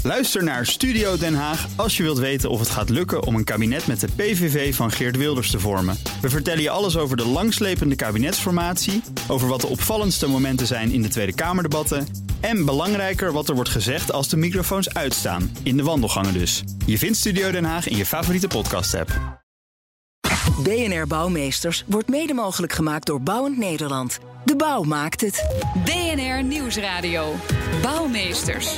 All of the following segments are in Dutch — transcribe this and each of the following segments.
Luister naar Studio Den Haag als je wilt weten of het gaat lukken om een kabinet met de PVV van Geert Wilders te vormen. We vertellen je alles over de langslepende kabinetsformatie, over wat de opvallendste momenten zijn in de Tweede Kamerdebatten en belangrijker wat er wordt gezegd als de microfoons uitstaan, in de wandelgangen dus. Je vindt Studio Den Haag in je favoriete podcast-app. BNR Bouwmeesters wordt mede mogelijk gemaakt door Bouwend Nederland. De bouw maakt het. BNR Nieuwsradio. Bouwmeesters.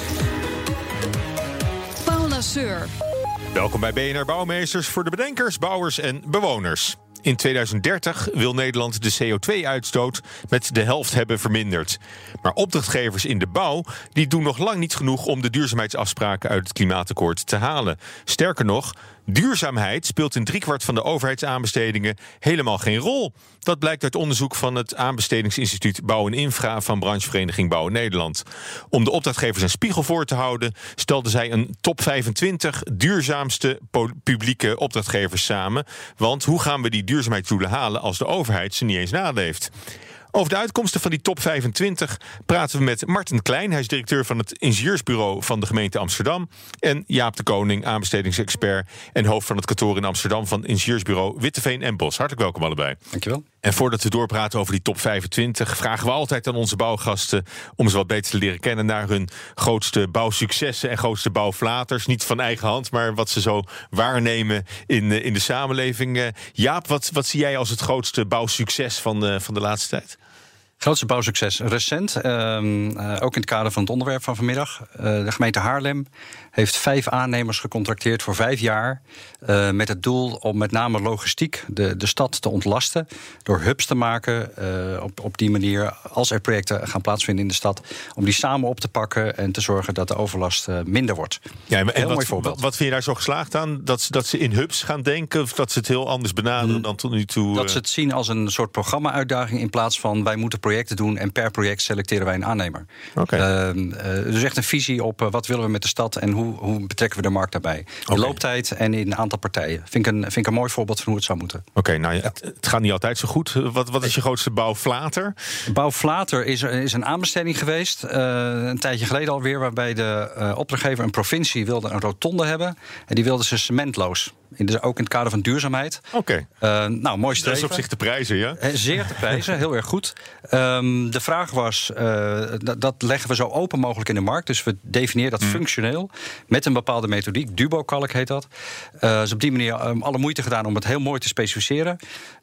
Paul Lasseur. Welkom bij BNR Bouwmeesters voor de bedenkers, bouwers en bewoners. In 2030 wil Nederland de CO2-uitstoot met de helft hebben verminderd. Maar opdrachtgevers in de bouw die doen nog lang niet genoeg om de duurzaamheidsafspraken uit het klimaatakkoord te halen. Sterker nog, duurzaamheid speelt in 3/4 van de overheidsaanbestedingen helemaal geen rol. Dat blijkt uit onderzoek van het aanbestedingsinstituut Bouw en Infra van branchevereniging Bouw Nederland. Om de opdrachtgevers een spiegel voor te houden, stelden zij een top 25 duurzaamste publieke opdrachtgevers samen. Want hoe gaan we die duurzaamheidsdoelen halen als de overheid ze niet eens naleeft? Over de uitkomsten van die top 25 praten we met Marten Klein. Hij is directeur van het ingenieursbureau van de gemeente Amsterdam. En Jaap de Koning, aanbestedingsexpert en hoofd van het kantoor in Amsterdam van ingenieursbureau Witteveen en Bos. Hartelijk welkom allebei. Dankjewel. En voordat we doorpraten over die top 25... vragen we altijd aan onze bouwgasten om ze wat beter te leren kennen naar hun grootste bouwsuccessen en grootste bouwflaters. Niet van eigen hand, maar wat ze zo waarnemen in de samenleving. Jaap, wat zie jij als het grootste bouwsucces van de laatste tijd? Grootste bouwsucces recent, ook in het kader van het onderwerp van vanmiddag. De gemeente Haarlem heeft 5 aannemers gecontracteerd voor 5 jaar... met het doel om met name logistiek de stad te ontlasten... door hubs te maken op die manier, als er projecten gaan plaatsvinden in de stad... om die samen op te pakken en te zorgen dat de overlast minder wordt. Ja, en heel mooi voorbeeld. Wat vind je daar zo geslaagd aan? Dat ze in hubs gaan denken of dat ze het heel anders benaderen dan tot nu toe? Dat ze het zien als een soort programma-uitdaging in plaats van wij moeten projecten doen en per project selecteren wij een aannemer. Okay. Dus echt een visie op wat willen we met de stad en hoe betrekken we de markt daarbij. In looptijd en in een aantal partijen. Vind ik een mooi voorbeeld van hoe het zou moeten. Oké, nou ja, het gaat niet altijd zo goed. Wat is je grootste bouwflater? Bouwflater is een aanbesteding geweest, een tijdje geleden alweer, waarbij de opdrachtgever een provincie wilde een rotonde hebben. En die wilden ze cementloos. Dus ook in het kader van duurzaamheid. Oké. Nou, mooi streven. Dat is op zich te prijzen, ja? Zeer te prijzen, heel erg goed. De vraag was, dat leggen we zo open mogelijk in de markt. Dus we definiëren dat functioneel met een bepaalde methodiek. Dubo-calc heet dat. Dus op die manier alle moeite gedaan om het heel mooi te specificeren.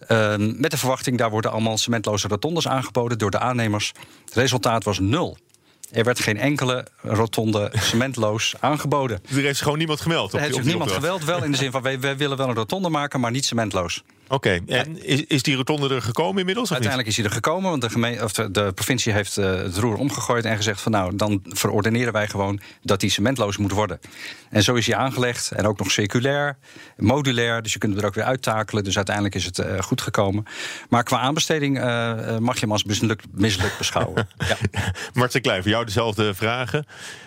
Met de verwachting, daar worden allemaal cementloze rotondes aangeboden door de aannemers. Het resultaat was 0. Er werd geen enkele rotonde cementloos aangeboden. Er heeft gewoon niemand gemeld? Er heeft zich niemand gemeld, wel in de zin van wij willen wel een rotonde maken, maar niet cementloos. Oké, en is die rotonde er gekomen inmiddels? Uiteindelijk is die er gekomen, want de provincie heeft het roer omgegooid en gezegd van nou, dan verordoneren wij gewoon dat die cementloos moet worden. En zo is die aangelegd en ook nog circulair, modulair, dus je kunt het er ook weer uittakelen. Dus uiteindelijk is het goed gekomen. Maar qua aanbesteding mag je hem als mislukt beschouwen. Ja. Marten Klein, voor jou dezelfde vragen.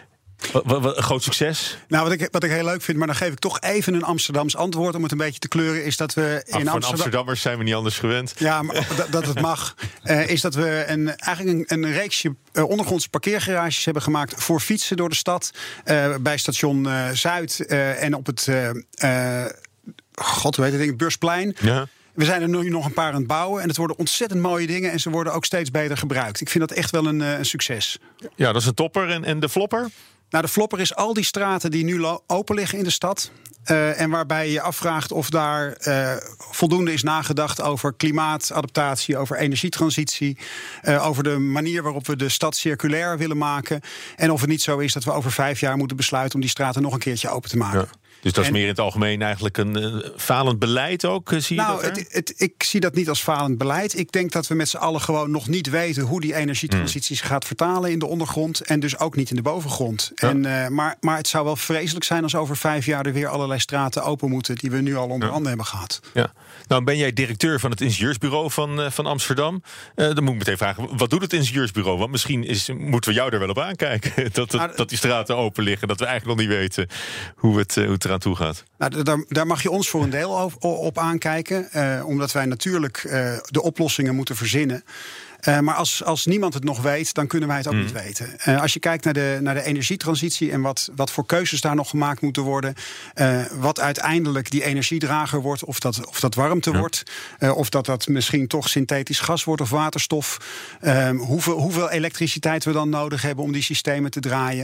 Wat een groot succes. Nou, wat ik heel leuk vind, maar dan geef ik toch even een Amsterdams antwoord om het een beetje te kleuren, is dat we in Amsterdam... Van Amsterdammers zijn we niet anders gewend. Ja, maar dat het mag. Is dat we eigenlijk een reeksje ondergrondse parkeergarages hebben gemaakt voor fietsen door de stad. Bij station Zuid en op het hoe heet het ding, Beursplein. Ja. We zijn er nu nog een paar aan het bouwen en het worden ontzettend mooie dingen en ze worden ook steeds beter gebruikt. Ik vind dat echt wel een succes. Ja, dat is een topper. En de flopper? Nou, de flopper is al die straten die nu open liggen in de stad. En waarbij je je afvraagt of daar voldoende is nagedacht over klimaatadaptatie, over energietransitie, over de manier waarop we de stad circulair willen maken. En of het niet zo is dat we over 5 jaar moeten besluiten om die straten nog een keertje open te maken. Ja. Dus dat is meer in het algemeen eigenlijk een falend beleid ook, zie je dat er? Ik zie dat niet als falend beleid. Ik denk dat we met z'n allen gewoon nog niet weten hoe die energietransitie zich gaat vertalen in de ondergrond en dus ook niet in de bovengrond. Ja. Maar het zou wel vreselijk zijn als over 5 jaar er weer allerlei straten open moeten die we nu al onder handen hebben gehad. Ja. Nou ben jij directeur van het ingenieursbureau van Amsterdam. Dan moet ik meteen vragen, wat doet het ingenieursbureau? Want misschien moeten we jou er wel op aankijken. Dat die straten open liggen, dat we eigenlijk nog niet weten hoe het eraan toe gaat. Nou, daar mag je ons voor een deel op aankijken. Omdat wij natuurlijk de oplossingen moeten verzinnen. Maar als niemand het nog weet, dan kunnen wij het ook niet weten. Als je kijkt naar de energietransitie en wat voor keuzes daar nog gemaakt moeten worden, wat uiteindelijk die energiedrager wordt, of dat warmte wordt, of dat misschien toch synthetisch gas wordt of waterstof, hoeveel elektriciteit we dan nodig hebben om die systemen te draaien.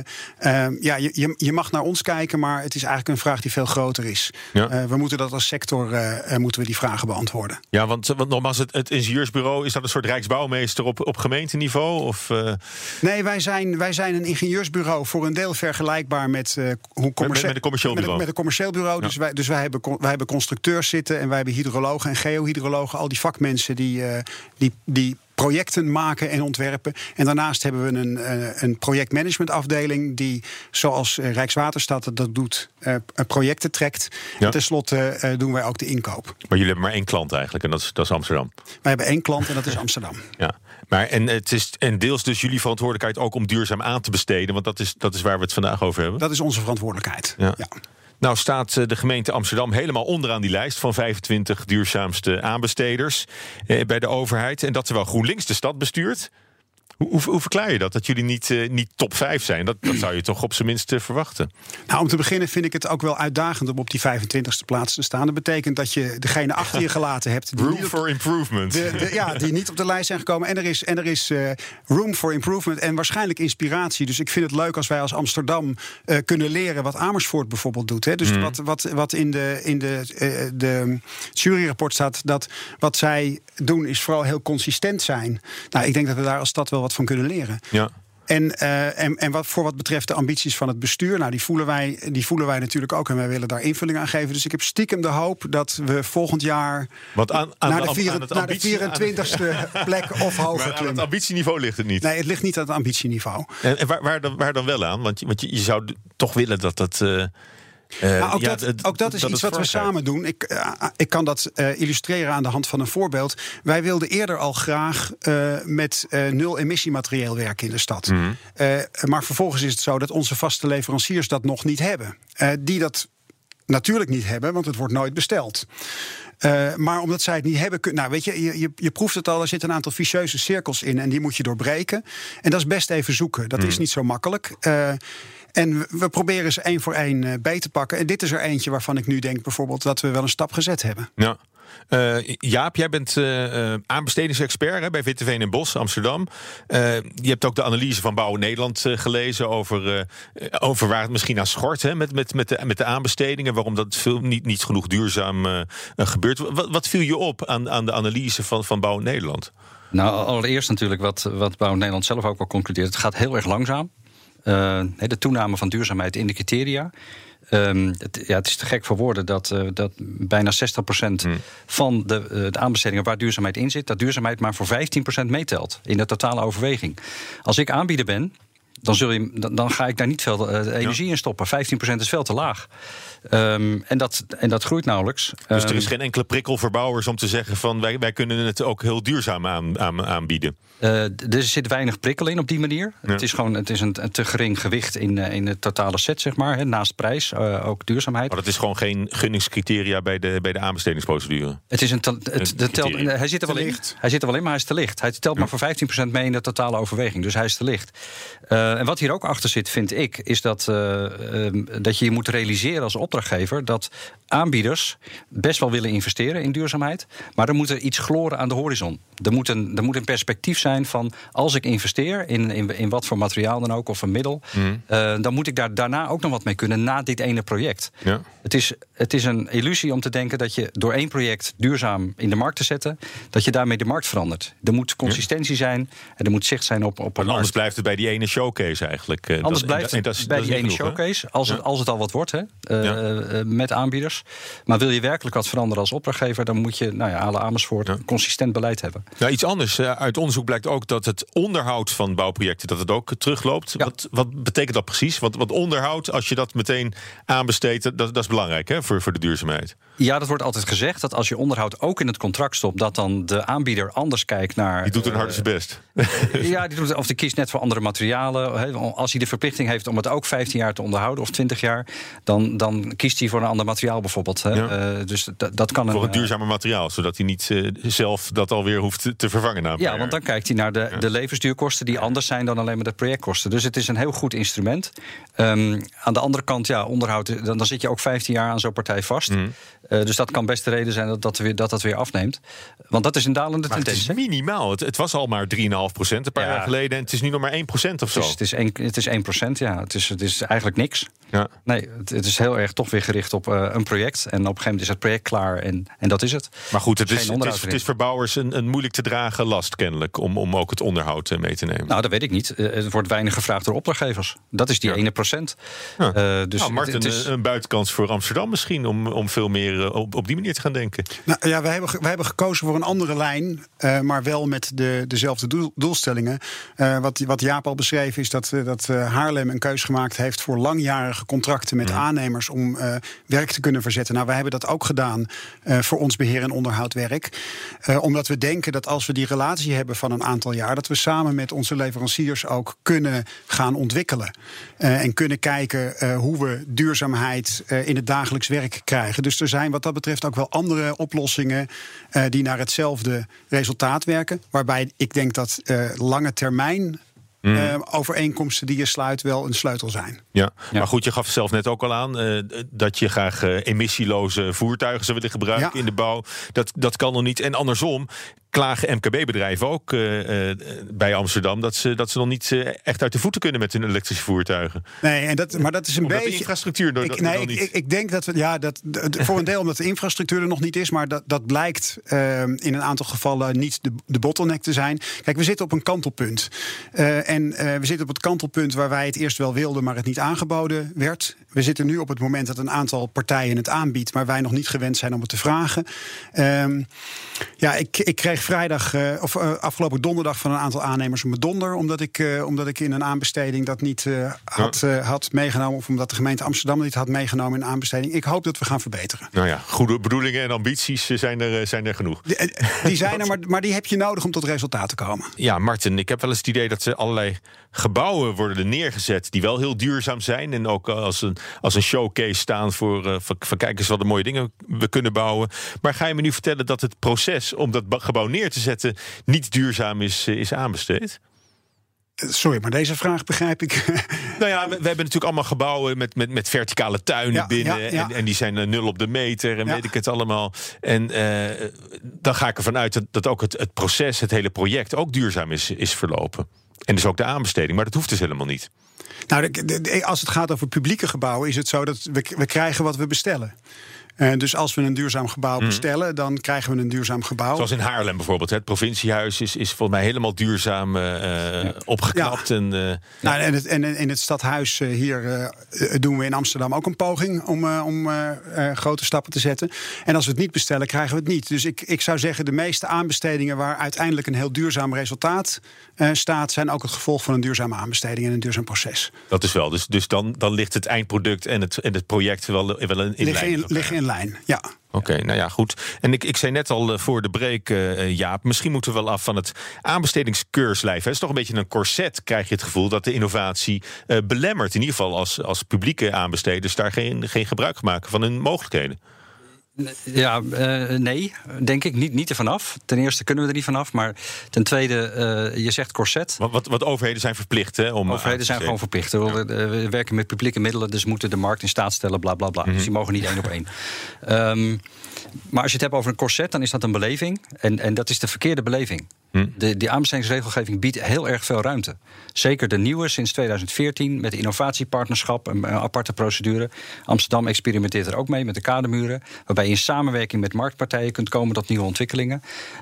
Je mag naar ons kijken, maar het is eigenlijk een vraag die veel groter is. Ja. We moeten dat als sector moeten we die vragen beantwoorden. Ja, want nogmaals, het ingenieursbureau, is dat een soort rijksbouwmeester op gemeenteniveau? Of, Nee, wij zijn een ingenieursbureau voor een deel vergelijkbaar met hoe commercieel bureau. Met een commercieel bureau. Ja. Dus wij hebben constructeurs zitten en wij hebben hydrologen en geohydrologen, al die vakmensen die projecten maken en ontwerpen. En daarnaast hebben we een projectmanagementafdeling die, zoals Rijkswaterstaat dat doet, projecten trekt. Ja. En tenslotte doen wij ook de inkoop. Maar jullie hebben maar één klant eigenlijk, en dat is Amsterdam. Wij hebben één klant en dat is Amsterdam. Ja. Maar het is deels dus jullie verantwoordelijkheid ook om duurzaam aan te besteden, want dat is waar we het vandaag over hebben. Dat is onze verantwoordelijkheid. Ja. Nou staat de gemeente Amsterdam helemaal onderaan die lijst van 25 duurzaamste aanbesteders bij de overheid. En dat terwijl GroenLinks de stad bestuurt. Hoe verklaar je dat jullie niet top 5 zijn? Dat zou je toch op zijn minst verwachten? Nou, om te beginnen vind ik het ook wel uitdagend om op die 25e plaats te staan. Dat betekent dat je degene achter je gelaten hebt. Room for improvement. Die niet op de lijst zijn gekomen. En er is room for improvement en waarschijnlijk inspiratie. Dus ik vind het leuk als wij als Amsterdam kunnen leren wat Amersfoort bijvoorbeeld doet. Hè. Dus wat in de juryrapport staat, dat wat zij doen is vooral heel consistent zijn. Nou, ik denk dat we daar als stad wel wat van kunnen leren. Ja. En wat betreft de ambities van het bestuur, nou, die voelen wij natuurlijk ook en wij willen daar invulling aan geven. Dus ik heb stiekem de hoop dat we volgend jaar naar de 24e plek of hoger klimmen. Aan het ambitieniveau ligt het niet. Nee, het ligt niet aan het ambitieniveau. En waar dan wel aan? Want je zou toch willen dat dat... ook dat is iets wat we samen doen. Ik kan dat illustreren aan de hand van een voorbeeld. Wij wilden eerder al graag met nul emissiematerieel werken in de stad. Mm-hmm. Maar vervolgens is het zo dat onze vaste leveranciers dat nog niet hebben. Die dat natuurlijk niet hebben, want het wordt nooit besteld. Maar omdat zij het niet hebben kunnen... Nou, weet je proeft het al, er zitten een aantal vicieuze cirkels in en die moet je doorbreken. En dat is best even zoeken. Dat is niet zo makkelijk. En we proberen ze één voor één beet te pakken. En dit is er eentje waarvan ik nu denk bijvoorbeeld dat we wel een stap gezet hebben. Ja. Jaap, jij bent aanbestedingsexpert bij Witteveen en Bos, Amsterdam. Je hebt ook de analyse van Bouwen Nederland gelezen over waar het misschien aan schort, hè, met de aanbestedingen, waarom dat niet genoeg duurzaam gebeurt. Wat viel je op aan de analyse van Bouwen Nederland? Nou, allereerst natuurlijk wat Bouwen Nederland zelf ook al concludeert. Het gaat heel erg langzaam. De toename van duurzaamheid in de criteria. Het is te gek voor woorden dat bijna 60% van de aanbestedingen waar duurzaamheid in zit, dat duurzaamheid maar voor 15% meetelt in de totale overweging. Als ik aanbieder ben, dan ga ik daar niet veel energie in stoppen. 15% is veel te laag. En dat groeit nauwelijks. Dus er is geen enkele prikkel voor bouwers om te zeggen van wij kunnen het ook heel duurzaam aanbieden. Er zit weinig prikkel in op die manier. Ja. Het is een te gering gewicht in het totale set, zeg maar. Hè, naast prijs, ook duurzaamheid. Maar dat is gewoon geen gunningscriteria bij de aanbestedingsprocedure. Het is hij zit er wel in. Hij zit er wel in, maar hij is te licht. Hij telt maar voor 15% mee in de totale overweging. Dus hij is te licht. En wat hier ook achter zit, vind ik, is dat je moet realiseren als opdrachtgever dat aanbieders best wel willen investeren in duurzaamheid, maar er moet er iets gloren aan de horizon. Er moet een perspectief zijn van als ik investeer in wat voor materiaal dan ook of een middel, dan moet ik daar daarna ook nog wat mee kunnen na dit ene project. Ja. Het is een illusie om te denken dat je door één project duurzaam in de markt te zetten, dat je daarmee de markt verandert. Er moet consistentie zijn en er moet zicht zijn op een markt. Anders blijft het bij die ene showcase eigenlijk. Anders blijft het bij die ene showcase, als het al wat wordt, met aanbieders. Maar wil je werkelijk wat veranderen als opdrachtgever, dan moet je, à la Amersfoort, een consistent beleid hebben. Nou, iets anders. Uit onderzoek blijkt ook dat het onderhoud van bouwprojecten dat het ook terugloopt. Ja. Wat betekent dat precies? Want onderhoud, als je dat meteen aanbesteedt, dat is belangrijk, hè, voor de duurzaamheid. Ja, dat wordt altijd gezegd, dat als je onderhoud ook in het contract stopt, dat dan de aanbieder anders kijkt naar... Die doet een harde zijn best. Ja, of die kiest net voor andere materialen, als hij de verplichting heeft om het ook 15 jaar te onderhouden of 20 jaar, dan kiest hij voor een ander materiaal bijvoorbeeld. Dus dat kan voor een duurzamer materiaal, zodat hij niet zelf dat alweer hoeft te vervangen. Ja, want dan kijkt hij naar de levensduurkosten die anders zijn dan alleen maar de projectkosten. Dus het is een heel goed instrument. Aan de andere kant, onderhoud, dan zit je ook 15 jaar aan zo'n partij vast. Dus dat kan best de reden zijn dat weer afneemt. Want dat is een dalende tendentie. Het is minimaal. Het was al maar 3,5% een paar jaar geleden. En het is nu nog maar 1% of zo. Het is 1%, ja. Het is eigenlijk niks. Ja. Nee, het is heel erg toch weer gericht op een project. En op een gegeven moment is het project klaar en dat is het. Maar goed, het is voor bouwers een moeilijk te dragen last kennelijk om ook het onderhoud mee te nemen. Nou, dat weet ik niet. Er wordt weinig gevraagd door opdrachtgevers. Dat is die 1%. Dus Marten, een buitenkans voor Amsterdam misschien om veel meer op die manier te gaan denken. Nou ja, wij hebben gekozen voor een andere lijn, maar wel met dezelfde doelstellingen. Wat Jaap al beschreef is dat Haarlem een keus gemaakt heeft voor langjarige contracten met aannemers om werk te kunnen verzetten. Nou, wij hebben dat ook gedaan voor ons beheer- en onderhoudwerk. Omdat we denken dat als we die relatie hebben van een aantal jaar, dat we samen met onze leveranciers ook kunnen gaan ontwikkelen. En kunnen kijken hoe we duurzaamheid in het dagelijks werk krijgen. Dus er zijn wat dat betreft ook wel andere oplossingen die naar hetzelfde resultaat werken. Waarbij ik denk dat lange termijn overeenkomsten die je sluit wel een sleutel zijn. Ja, maar goed, je gaf zelf net ook al aan dat je graag emissieloze voertuigen zou willen gebruiken in de bouw. Dat kan nog niet. En andersom klagen MKB-bedrijven ook bij Amsterdam dat ze nog niet echt uit de voeten kunnen met hun elektrische voertuigen. Nee, maar dat is een beetje de infrastructuur ik denk dat voor een deel omdat de infrastructuur er nog niet is, maar dat blijkt in een aantal gevallen niet de bottleneck te zijn. Kijk, we zitten op een kantelpunt. En we zitten op het kantelpunt waar wij het eerst wel wilden, maar het niet aangeboden werd. We zitten nu op het moment dat een aantal partijen het aanbiedt, maar wij nog niet gewend zijn om het te vragen. Ik kreeg afgelopen donderdag van een aantal aannemers een bedonder, omdat ik in een aanbesteding dat niet had meegenomen, of omdat de gemeente Amsterdam niet had meegenomen in een aanbesteding. Ik hoop dat we gaan verbeteren. Nou ja, goede bedoelingen en ambities zijn er genoeg. Die zijn er, maar die heb je nodig om tot resultaat te komen. Ja, Marten, ik heb wel eens het idee dat er allerlei gebouwen worden neergezet die wel heel duurzaam zijn en ook als een showcase staan voor kijk eens wat de mooie dingen we kunnen bouwen. Maar ga je me nu vertellen dat het proces om dat gebouw neer te zetten niet duurzaam is aanbesteed? Sorry, maar deze vraag begrijp ik. Nou ja, we hebben natuurlijk allemaal gebouwen met verticale tuinen binnen. Ja. En die zijn 0 op de meter en weet ik het allemaal. En dan ga ik ervan uit dat ook het proces, het hele project ook duurzaam is verlopen. En dus ook de aanbesteding, maar dat hoeft dus helemaal niet. Nou, als het gaat over publieke gebouwen is het zo dat we krijgen wat we bestellen. Dus als we een duurzaam gebouw bestellen, dan krijgen we een duurzaam gebouw. Zoals in Haarlem bijvoorbeeld. Het provinciehuis is volgens mij helemaal duurzaam opgeknapt. Ja. En in het stadhuis hier doen we in Amsterdam ook een poging om grote stappen te zetten. En als we het niet bestellen, krijgen we het niet. Dus ik zou zeggen, de meeste aanbestedingen waar uiteindelijk een heel duurzaam resultaat staat, zijn ook het gevolg van een duurzame aanbesteding en een duurzaam proces. Dat is wel. Dus dan ligt het eindproduct en het project wel in lijn. Liggen in lijn, ja. Oké, nou ja, goed. En ik zei net al voor de break, Jaap, misschien moeten we wel af van het aanbestedingskeurslijf. Het is toch een beetje een corset, krijg je het gevoel, dat de innovatie belemmert. In ieder geval als publieke aanbesteders daar geen gebruik maken van hun mogelijkheden. Ja, nee, denk ik. Niet er vanaf. Ten eerste kunnen we er niet vanaf. Maar ten tweede, je zegt corset. Wat overheden zijn verplicht, hè? Overheden zijn gewoon verplicht. We werken met publieke middelen, dus moeten de markt in staat stellen, bla bla bla. Dus die mogen niet 1 op 1. Maar als je het hebt over een corset, dan is dat een beleving. En dat is de verkeerde beleving. De aanbestedingsregelgeving biedt heel erg veel ruimte. Zeker de nieuwe sinds 2014 met de innovatiepartnerschap, een aparte procedure. Amsterdam experimenteert er ook mee met de kadermuren, waarbij je in samenwerking met marktpartijen kunt komen tot nieuwe ontwikkelingen.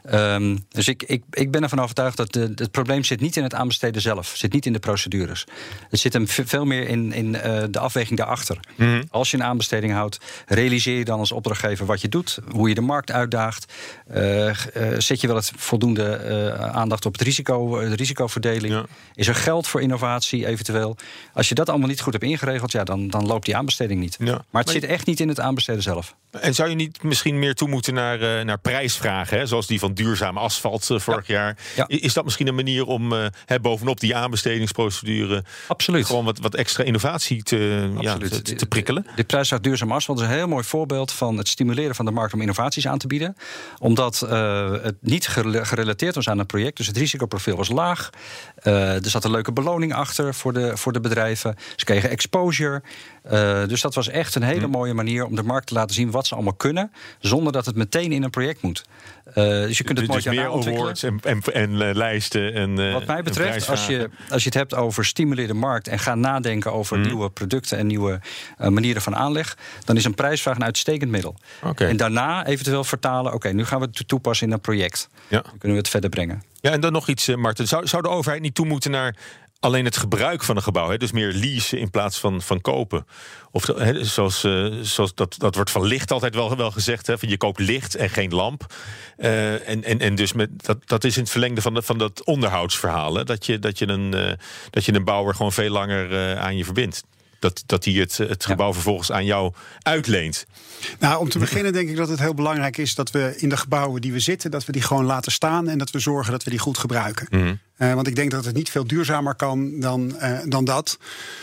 Dus ik ben ervan overtuigd dat het probleem zit niet in het aanbesteden zelf, zit niet in de procedures. Het zit hem veel meer in de afweging daarachter. Als je een aanbesteding houdt, realiseer je dan als opdrachtgever wat je doet, hoe je de markt uitdaagt. Zet je wel het voldoende aandacht op het risico, de risicoverdeling? Ja. Is er geld voor innovatie eventueel? Als je dat allemaal niet goed hebt ingeregeld, dan loopt die aanbesteding niet. Ja. Maar het zit echt niet in het aanbesteden zelf. En zou je niet misschien meer toe moeten naar prijsvragen, hè? Zoals die van duurzaam asfalt vorig jaar? Ja. Is dat misschien een manier om bovenop die aanbestedingsprocedure absoluut gewoon wat extra innovatie te prikkelen? De prijsvraag duurzaam asfalt is een heel mooi voorbeeld van het stimuleren van de markt om innovaties aan te bieden. Omdat het niet gerelateerd was aan een project. Dus het risicoprofiel was laag. Er zat een leuke beloning achter voor de bedrijven. Ze kregen exposure. Dus dat was echt een hele mooie manier om de markt te laten zien wat ze allemaal kunnen, zonder dat het meteen in een project moet. Dus je kunt het mooi meer awards en lijsten. En, wat mij betreft, als je het hebt over stimuleer de markt en ga nadenken over nieuwe producten en nieuwe manieren van aanleg, dan is een prijsvraag een uitstekend middel. Okay. En daarna eventueel vertalen, nu gaan we het toepassen in een project. Ja. Dan kunnen we het verder brengen. Ja, en dan nog iets, Marten. Zou de overheid niet toe moeten naar alleen het gebruik van een gebouw, hè? Dus meer leasen in plaats van kopen? Of zoals dat wordt van licht altijd wel gezegd, hè? Van je koopt licht en geen lamp. En dus dat is in het verlengde van dat onderhoudsverhaal, hè? Dat je een bouwer gewoon veel langer aan je verbindt. Dat hij het gebouw vervolgens aan jou uitleent. Nou, om te beginnen denk ik dat het heel belangrijk is dat we in de gebouwen die we zitten, dat we die gewoon laten staan en dat we zorgen dat we die goed gebruiken. Mm-hmm. Want ik denk dat het niet veel duurzamer kan dan dat.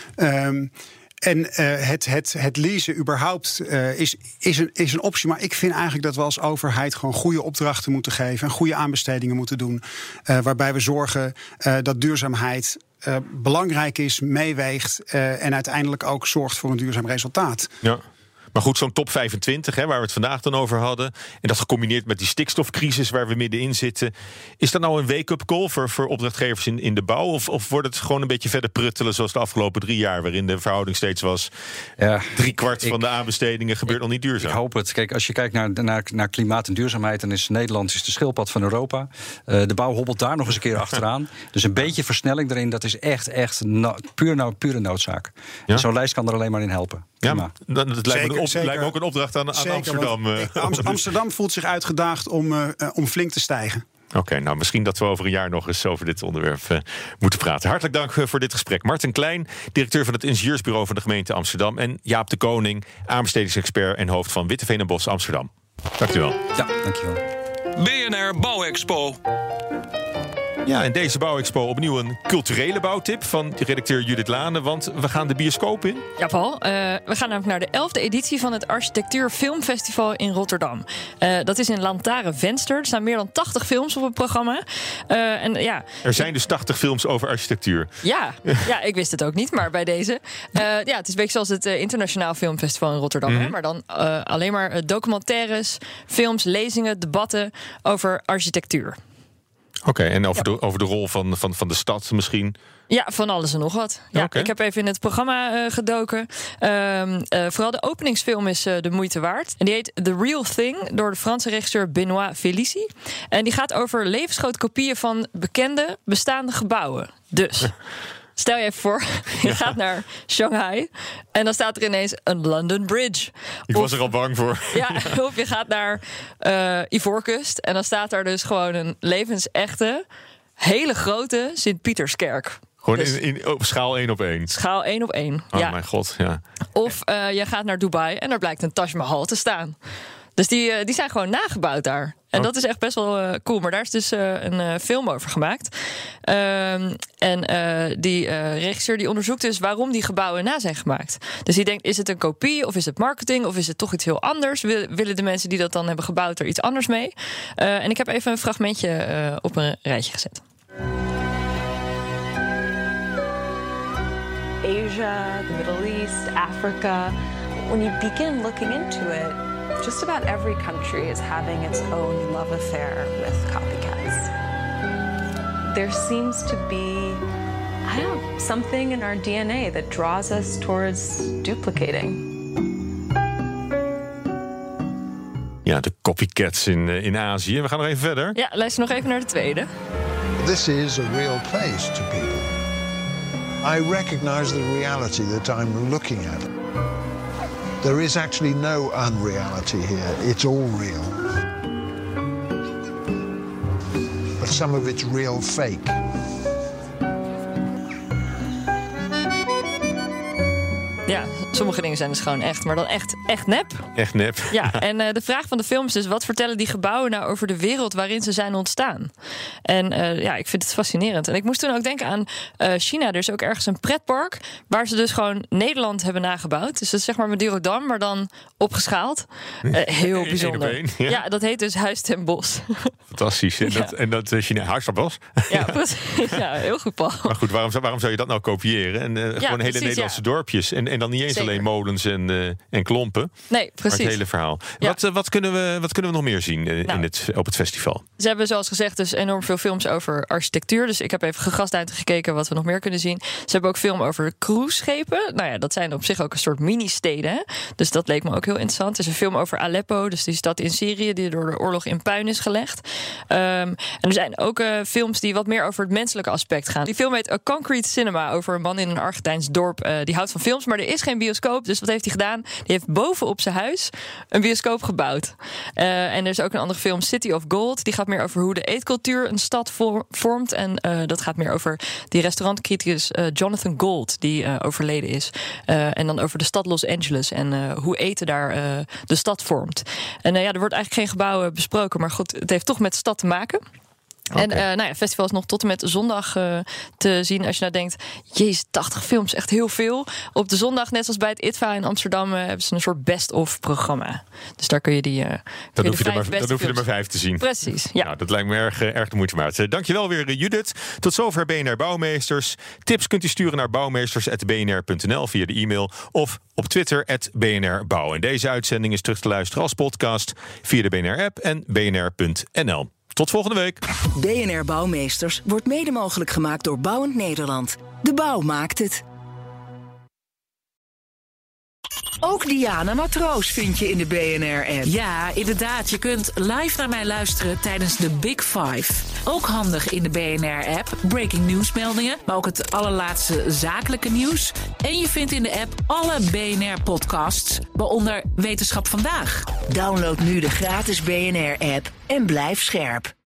Het leasen überhaupt is een optie. Maar ik vind eigenlijk dat we als overheid gewoon goede opdrachten moeten geven en goede aanbestedingen moeten doen. Waarbij we zorgen dat duurzaamheid belangrijk is, meeweegt en uiteindelijk ook zorgt voor een duurzaam resultaat. Ja. Maar goed, zo'n top 25, waar we het vandaag dan over hadden, en dat gecombineerd met die stikstofcrisis waar we middenin zitten, is dat nou een wake-up call voor opdrachtgevers in de bouw? Of wordt het gewoon een beetje verder pruttelen zoals de afgelopen 3 jaar, waarin de verhouding steeds was 3/4 van de aanbestedingen gebeurt nog niet duurzaam? Ik hoop het. Kijk, als je kijkt naar klimaat en duurzaamheid, dan is Nederland de schildpad van Europa. De bouw hobbelt daar nog eens een keer achteraan. Dus een beetje versnelling erin, dat is echt pure noodzaak. Ja? Zo'n lijst kan er alleen maar in helpen. Ja, dat lijkt me ook een opdracht aan Amsterdam. Amsterdam voelt zich uitgedaagd om flink te stijgen. Oké, nou misschien dat we over een jaar nog eens over dit onderwerp moeten praten. Hartelijk dank voor dit gesprek. Marten Klein, directeur van het ingenieursbureau van de gemeente Amsterdam, en Jaap de Koning, aanbestedingsexpert en hoofd van Witteveen en Bos Amsterdam. Dank u wel. Ja, dankjewel. BNR Bouwexpo. Ja, en deze Bouwexpo opnieuw een culturele bouwtip van redacteur Judith Lane, want we gaan de bioscoop in. Ja, Paul. We gaan namelijk naar de 11e editie van het Architectuur Filmfestival in Rotterdam. Dat is in Lantaren Venster. Er staan meer dan 80 films op het programma. Er zijn dus 80 films over architectuur. Ja, ik wist het ook niet, maar bij deze. Het is een beetje zoals het Internationaal Filmfestival in Rotterdam. Mm-hmm. Maar dan alleen maar documentaires, films, lezingen, debatten over architectuur. Oké, en over de rol van de stad misschien? Ja, van alles en nog wat. Ja, okay. Ik heb even in het programma gedoken. Vooral de openingsfilm is de moeite waard. En die heet The Real Thing door de Franse regisseur Benoît Félicie. En die gaat over levensgrote kopieën van bekende bestaande gebouwen. Dus stel je even voor, je gaat naar Shanghai en dan staat er ineens een London Bridge. Ik was er al bang voor. Ja, of je gaat naar Ivoorkust en dan staat er dus gewoon een levensechte, hele grote Sint-Pieterskerk. Gewoon dus op schaal 1:1. Schaal 1:1, ja. Mijn god, ja. Of je gaat naar Dubai en daar blijkt een Taj Mahal te staan. Dus die zijn gewoon nagebouwd daar. En dat is echt best wel cool. Maar daar is dus een film over gemaakt. Die regisseur die onderzoekt dus waarom die gebouwen na zijn gemaakt. Dus die denkt, is het een kopie of is het marketing of is het toch iets heel anders? Willen de mensen die dat dan hebben gebouwd er iets anders mee? En ik heb even een fragmentje op een rijtje gezet. Asia, the Middle East, Africa. When you begin looking into it, just about every country is having its own love affair with copycats. There seems to be, I don't know, something in our DNA that draws us towards duplicating. Ja, de copycats in Azië. We gaan nog even verder. Ja, luister nog even naar de tweede. This is a real place to people. I recognize the reality that I'm looking at. There is actually no unreality here. It's all real. but some of it's real fake. Ja, sommige dingen zijn dus gewoon echt, maar dan echt nep. Echt nep. Ja, en de vraag van de film is dus, wat vertellen die gebouwen nou over de wereld waarin ze zijn ontstaan? En ik vind het fascinerend. En ik moest toen ook denken aan China. Er is ook ergens een pretpark waar ze dus gewoon Nederland hebben nagebouwd. Dus dat is zeg maar Madurodam, maar dan opgeschaald. Heel bijzonder. Ja, dat heet dus Huis ten Bosch. Fantastisch. En dat China, Huis ten Bosch? Ja, precies. Ja, heel goed, Paul. Maar goed, waarom zou je dat nou kopiëren? En gewoon hele Nederlandse dorpjes. En dan niet eens alleen molens en klompen. Nee, precies. Maar het hele verhaal. Ja. Wat kunnen we nog meer zien op het festival? Ze hebben zoals gezegd dus enorm veel films over architectuur. Dus ik heb even gegastuit gekeken wat we nog meer kunnen zien. Ze hebben ook film over cruiseschepen. Nou ja, dat zijn op zich ook een soort mini-steden. Dus dat leek me ook heel interessant. Er is een film over Aleppo, dus die stad in Syrië die door de oorlog in puin is gelegd. En er zijn ook films die wat meer over het menselijke aspect gaan. Die film heet A Concrete Cinema, over een man in een Argentijns dorp. Die houdt van films, maar er is geen bioscoop. Dus wat heeft hij gedaan? Die heeft boven op zijn huis een bioscoop gebouwd. En er is ook een andere film, City of Gold. Die gaat meer over hoe de eetcultuur een stad vormt. En dat gaat meer over die restaurantcriticus Jonathan Gold, die overleden is. En dan over de stad Los Angeles en hoe eten daar de stad vormt. En er wordt eigenlijk geen gebouwen besproken, maar goed, het heeft toch met de stad te maken. Okay. En het festival is nog tot en met zondag te zien. Als je nou denkt, jezus, 80 films, echt heel veel. Op de zondag, net zoals bij het ITVA in Amsterdam, hebben ze een soort best-of programma. Dus daar kun je die dan hoef je er maar 5 te zien. Precies, ja. Nou, dat lijkt me erg de moeite waard. Dankjewel weer, Judith. Tot zover BNR Bouwmeesters. Tips kunt u sturen naar bouwmeesters@bnr.nl via de e-mail of op Twitter @BNR Bouw. En deze uitzending is terug te luisteren als podcast via de BNR-app en bnr.nl. Tot volgende week. BNR Bouwmeesters wordt mede mogelijk gemaakt door Bouwend Nederland. De bouw maakt het. Ook Diana Matroos vind je in de BNR-app. Ja, inderdaad. Je kunt live naar mij luisteren tijdens de Big Five. Ook handig in de BNR-app. Breaking nieuwsmeldingen, maar ook het allerlaatste zakelijke nieuws. En je vindt in de app alle BNR-podcasts, waaronder Wetenschap Vandaag. Download nu de gratis BNR-app en blijf scherp.